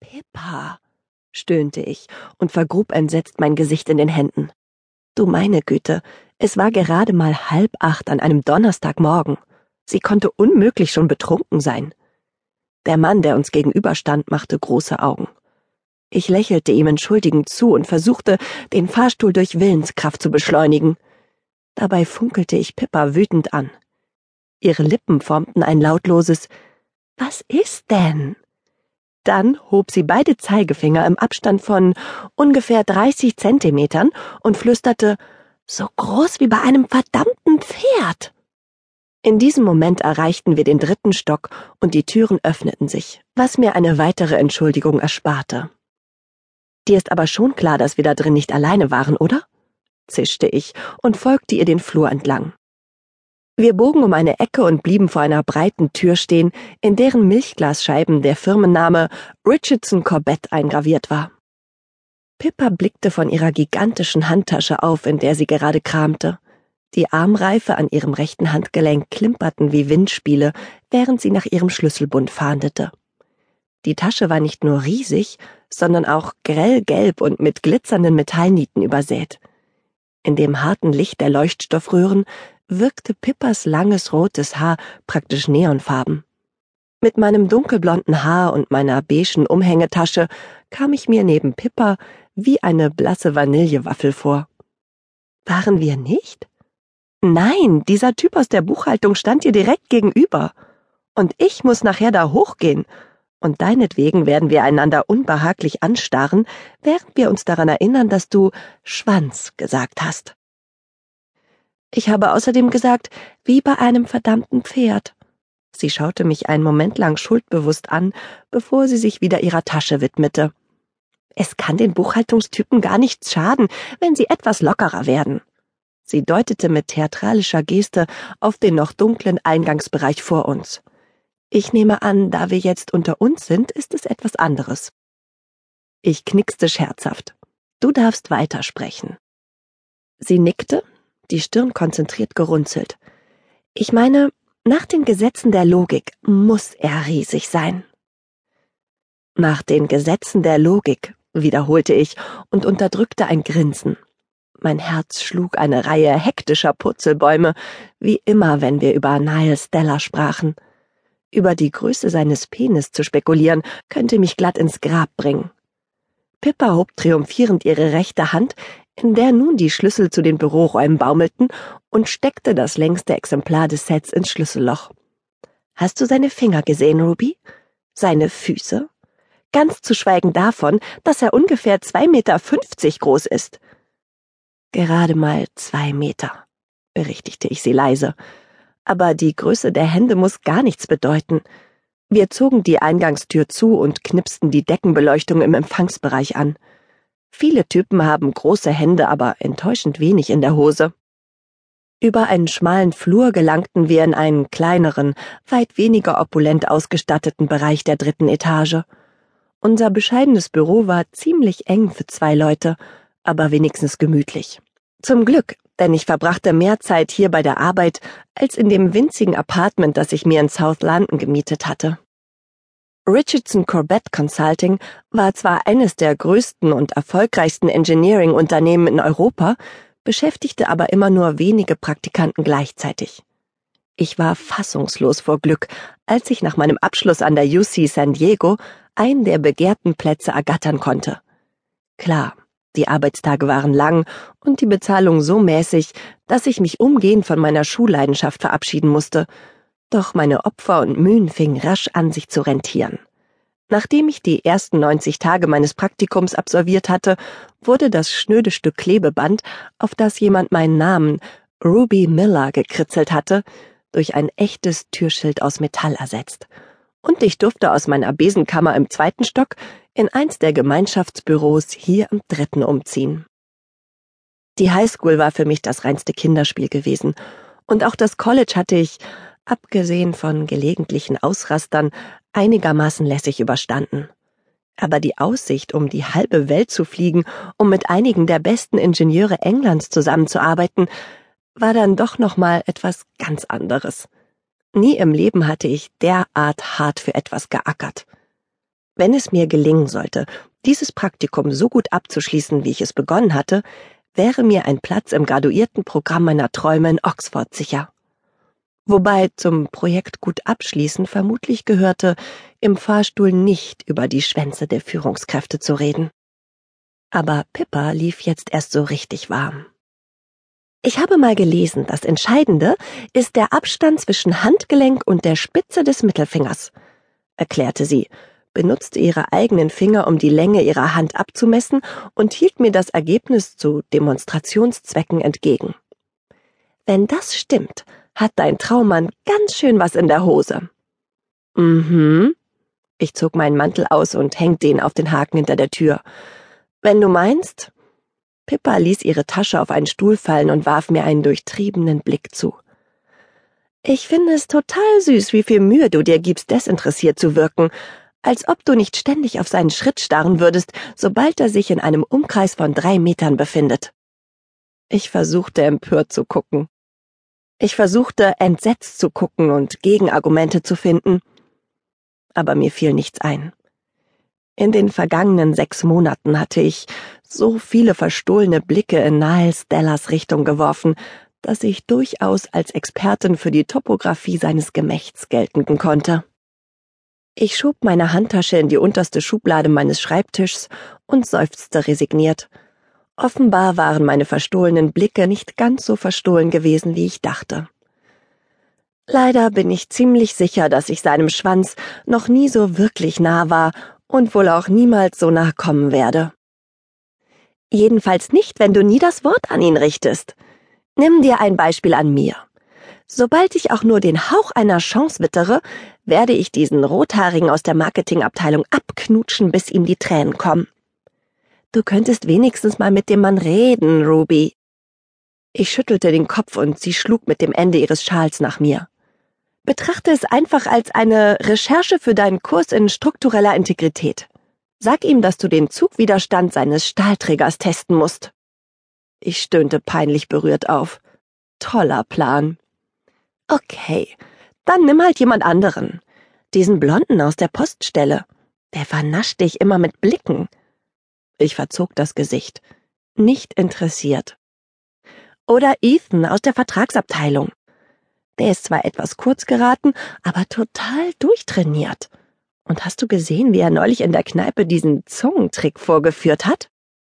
Pippa, stöhnte ich und vergrub entsetzt mein Gesicht in den Händen. Du meine Güte, es war gerade mal 7:30 an einem Donnerstagmorgen. Sie konnte unmöglich schon betrunken sein. Der Mann, der uns gegenüberstand, machte große Augen. Ich lächelte ihm entschuldigend zu und versuchte, den Fahrstuhl durch Willenskraft zu beschleunigen. Dabei funkelte ich Pippa wütend an. Ihre Lippen formten ein lautloses »Was ist denn?« Dann hob sie beide Zeigefinger im Abstand von ungefähr 30 Zentimetern und flüsterte, »So groß wie bei einem verdammten Pferd!« In diesem Moment erreichten wir den 3. Stock und die Türen öffneten sich, was mir eine weitere Entschuldigung ersparte. »Dir ist aber schon klar, dass wir da drin nicht alleine waren, oder?« zischte ich und folgte ihr den Flur entlang. Wir bogen um eine Ecke und blieben vor einer breiten Tür stehen, in deren Milchglasscheiben der Firmenname Richardson Corbett eingraviert war. Pippa blickte von ihrer gigantischen Handtasche auf, in der sie gerade kramte. Die Armreife an ihrem rechten Handgelenk klimperten wie Windspiele, während sie nach ihrem Schlüsselbund fahndete. Die Tasche war nicht nur riesig, sondern auch grellgelb und mit glitzernden Metallnieten übersät. In dem harten Licht der Leuchtstoffröhren wirkte Pippas langes rotes Haar praktisch neonfarben. Mit meinem dunkelblonden Haar und meiner beigen Umhängetasche kam ich mir neben Pippa wie eine blasse Vanillewaffel vor. Waren wir nicht? Nein, dieser Typ aus der Buchhaltung stand ihr direkt gegenüber. Und ich muss nachher da hochgehen. Und deinetwegen werden wir einander unbehaglich anstarren, während wir uns daran erinnern, dass du Schwanz gesagt hast. Ich habe außerdem gesagt, wie bei einem verdammten Pferd. Sie schaute mich einen Moment lang schuldbewusst an, bevor sie sich wieder ihrer Tasche widmete. Es kann den Buchhaltungstypen gar nichts schaden, wenn sie etwas lockerer werden. Sie deutete mit theatralischer Geste auf den noch dunklen Eingangsbereich vor uns. Ich nehme an, da wir jetzt unter uns sind, ist es etwas anderes. Ich knickste scherzhaft. Du darfst weitersprechen. Sie nickte, die Stirn konzentriert gerunzelt. Ich meine, nach den Gesetzen der Logik muss er riesig sein. Nach den Gesetzen der Logik, wiederholte ich und unterdrückte ein Grinsen. Mein Herz schlug eine Reihe hektischer Purzelbäume, wie immer, wenn wir über Niles Stella sprachen. Über die Größe seines Penis zu spekulieren, könnte mich glatt ins Grab bringen. Pippa hob triumphierend ihre rechte Hand, in der nun die Schlüssel zu den Büroräumen baumelten, und steckte das längste Exemplar des Sets ins Schlüsselloch. Hast du seine Finger gesehen, Ruby? Seine Füße? Ganz zu schweigen davon, dass er ungefähr 2,50 Meter groß ist. Gerade mal 2 Meter, berichtigte ich sie leise. Aber die Größe der Hände muss gar nichts bedeuten. Wir zogen die Eingangstür zu und knipsten die Deckenbeleuchtung im Empfangsbereich an. Viele Typen haben große Hände, aber enttäuschend wenig in der Hose. Über einen schmalen Flur gelangten wir in einen kleineren, weit weniger opulent ausgestatteten Bereich der 3. Etage. Unser bescheidenes Büro war ziemlich eng für 2 Leute, aber wenigstens gemütlich. Zum Glück, denn ich verbrachte mehr Zeit hier bei der Arbeit als in dem winzigen Apartment, das ich mir in South London gemietet hatte. Richardson Corbett Consulting war zwar eines der größten und erfolgreichsten Engineering-Unternehmen in Europa, beschäftigte aber immer nur wenige Praktikanten gleichzeitig. Ich war fassungslos vor Glück, als ich nach meinem Abschluss an der UC San Diego einen der begehrten Plätze ergattern konnte. Klar, die Arbeitstage waren lang und die Bezahlung so mäßig, dass ich mich umgehend von meiner Schulleidenschaft verabschieden musste. Doch meine Opfer und Mühen fingen rasch an, sich zu rentieren. Nachdem ich die ersten 90 Tage meines Praktikums absolviert hatte, wurde das schnöde Stück Klebeband, auf das jemand meinen Namen, Ruby Miller, gekritzelt hatte, durch ein echtes Türschild aus Metall ersetzt. Und ich durfte aus meiner Besenkammer im 2. Stock in eins der Gemeinschaftsbüros hier am 3. umziehen. Die Highschool war für mich das reinste Kinderspiel gewesen, und auch das College hatte ich, abgesehen von gelegentlichen Ausrastern, einigermaßen lässig überstanden. Aber die Aussicht, um die halbe Welt zu fliegen, um mit einigen der besten Ingenieure Englands zusammenzuarbeiten, war dann doch noch mal etwas ganz anderes. Nie im Leben hatte ich derart hart für etwas geackert. Wenn es mir gelingen sollte, dieses Praktikum so gut abzuschließen, wie ich es begonnen hatte, wäre mir ein Platz im Graduiertenprogramm meiner Träume in Oxford sicher. Wobei zum Projekt gut abschließen vermutlich gehörte, im Fahrstuhl nicht über die Schwänze der Führungskräfte zu reden. Aber Pippa lief jetzt erst so richtig warm. Ich habe mal gelesen, das Entscheidende ist der Abstand zwischen Handgelenk und der Spitze des Mittelfingers, erklärte sie, benutzte ihre eigenen Finger, um die Länge ihrer Hand abzumessen und hielt mir das Ergebnis zu Demonstrationszwecken entgegen. Wenn das stimmt, hat dein Traummann ganz schön was in der Hose. Mhm. Ich zog meinen Mantel aus und hängte ihn auf den Haken hinter der Tür. Wenn du meinst. Pippa ließ ihre Tasche auf einen Stuhl fallen und warf mir einen durchtriebenen Blick zu. Ich finde es total süß, wie viel Mühe du dir gibst, desinteressiert zu wirken, als ob du nicht ständig auf seinen Schritt starren würdest, sobald er sich in einem Umkreis von 3 Metern befindet. Ich versuchte empört zu gucken. Ich versuchte entsetzt zu gucken und Gegenargumente zu finden, aber mir fiel nichts ein. In den vergangenen 6 Monaten hatte ich so viele verstohlene Blicke in Niles Stellas Richtung geworfen, dass ich durchaus als Expertin für die Topographie seines Gemächts gelten konnte. Ich schob meine Handtasche in die unterste Schublade meines Schreibtischs und seufzte resigniert. Offenbar waren meine verstohlenen Blicke nicht ganz so verstohlen gewesen, wie ich dachte. Leider bin ich ziemlich sicher, dass ich seinem Schwanz noch nie so wirklich nah war und wohl auch niemals so nah kommen werde. Jedenfalls nicht, wenn du nie das Wort an ihn richtest. Nimm dir ein Beispiel an mir. Sobald ich auch nur den Hauch einer Chance wittere, werde ich diesen Rothaarigen aus der Marketingabteilung abknutschen, bis ihm die Tränen kommen. Du könntest wenigstens mal mit dem Mann reden, Ruby. Ich schüttelte den Kopf und sie schlug mit dem Ende ihres Schals nach mir. Betrachte es einfach als eine Recherche für deinen Kurs in struktureller Integrität. Sag ihm, dass du den Zugwiderstand seines Stahlträgers testen musst. Ich stöhnte peinlich berührt auf. Toller Plan. Okay, dann nimm halt jemand anderen. Diesen Blonden aus der Poststelle. Der vernascht dich immer mit Blicken. Ich verzog das Gesicht. Nicht interessiert. Oder Ethan aus der Vertragsabteilung. Der ist zwar etwas kurz geraten, aber total durchtrainiert. Und hast du gesehen, wie er neulich in der Kneipe diesen Zungentrick vorgeführt hat?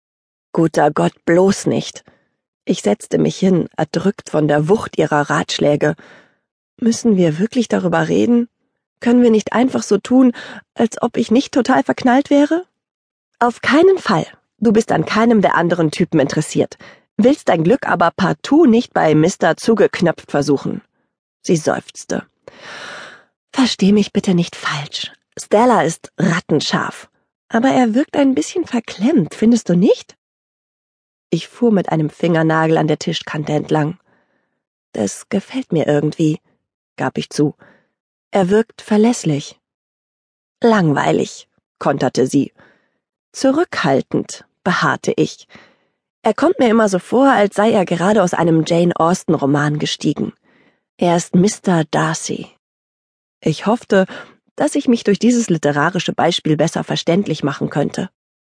Guter Gott, bloß nicht. Ich setzte mich hin, erdrückt von der Wucht ihrer Ratschläge. Müssen wir wirklich darüber reden? Können wir nicht einfach so tun, als ob ich nicht total verknallt wäre? Auf keinen Fall. Du bist an keinem der anderen Typen interessiert, willst dein Glück aber partout nicht bei Mr. Zugeknöpft versuchen. Sie seufzte. Versteh mich bitte nicht falsch. Stella ist rattenscharf. Aber er wirkt ein bisschen verklemmt, findest du nicht? Ich fuhr mit einem Fingernagel an der Tischkante entlang. Das gefällt mir irgendwie, gab ich zu. Er wirkt verlässlich. Langweilig, konterte sie. Zurückhaltend, beharrte ich. Er kommt mir immer so vor, als sei er gerade aus einem Jane Austen-Roman gestiegen. Er ist Mr. Darcy. Ich hoffte, dass ich mich durch dieses literarische Beispiel besser verständlich machen könnte.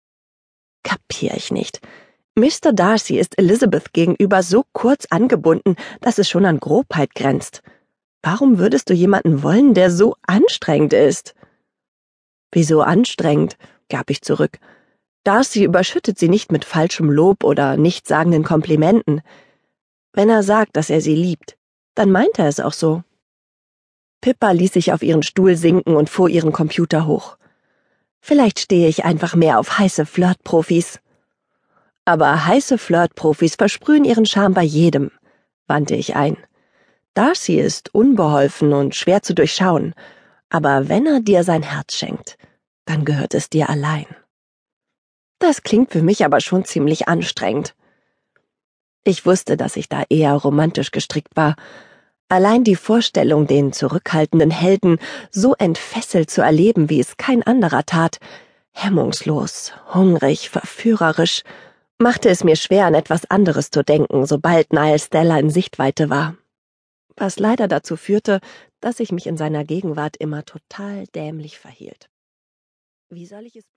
Kapier ich nicht. Mr. Darcy ist Elizabeth gegenüber so kurz angebunden, dass es schon an Grobheit grenzt. Warum würdest du jemanden wollen, der so anstrengend ist? Wieso anstrengend? Gab ich zurück. Darcy überschüttet sie nicht mit falschem Lob oder nichtssagenden Komplimenten. Wenn er sagt, dass er sie liebt, dann meint er es auch so. Pippa ließ sich auf ihren Stuhl sinken und fuhr ihren Computer hoch. Vielleicht stehe ich einfach mehr auf heiße Flirtprofis. Aber heiße Flirtprofis versprühen ihren Charme bei jedem, wandte ich ein. Darcy ist unbeholfen und schwer zu durchschauen, aber wenn er dir sein Herz schenkt, dann gehört es dir allein. Das klingt für mich aber schon ziemlich anstrengend. Ich wusste, dass ich da eher romantisch gestrickt war. Allein die Vorstellung, den zurückhaltenden Helden so entfesselt zu erleben, wie es kein anderer tat, hemmungslos, hungrig, verführerisch, machte es mir schwer, an etwas anderes zu denken, sobald Niles Stella in Sichtweite war. Was leider dazu führte, dass ich mich in seiner Gegenwart immer total dämlich verhielt. Wie soll ich es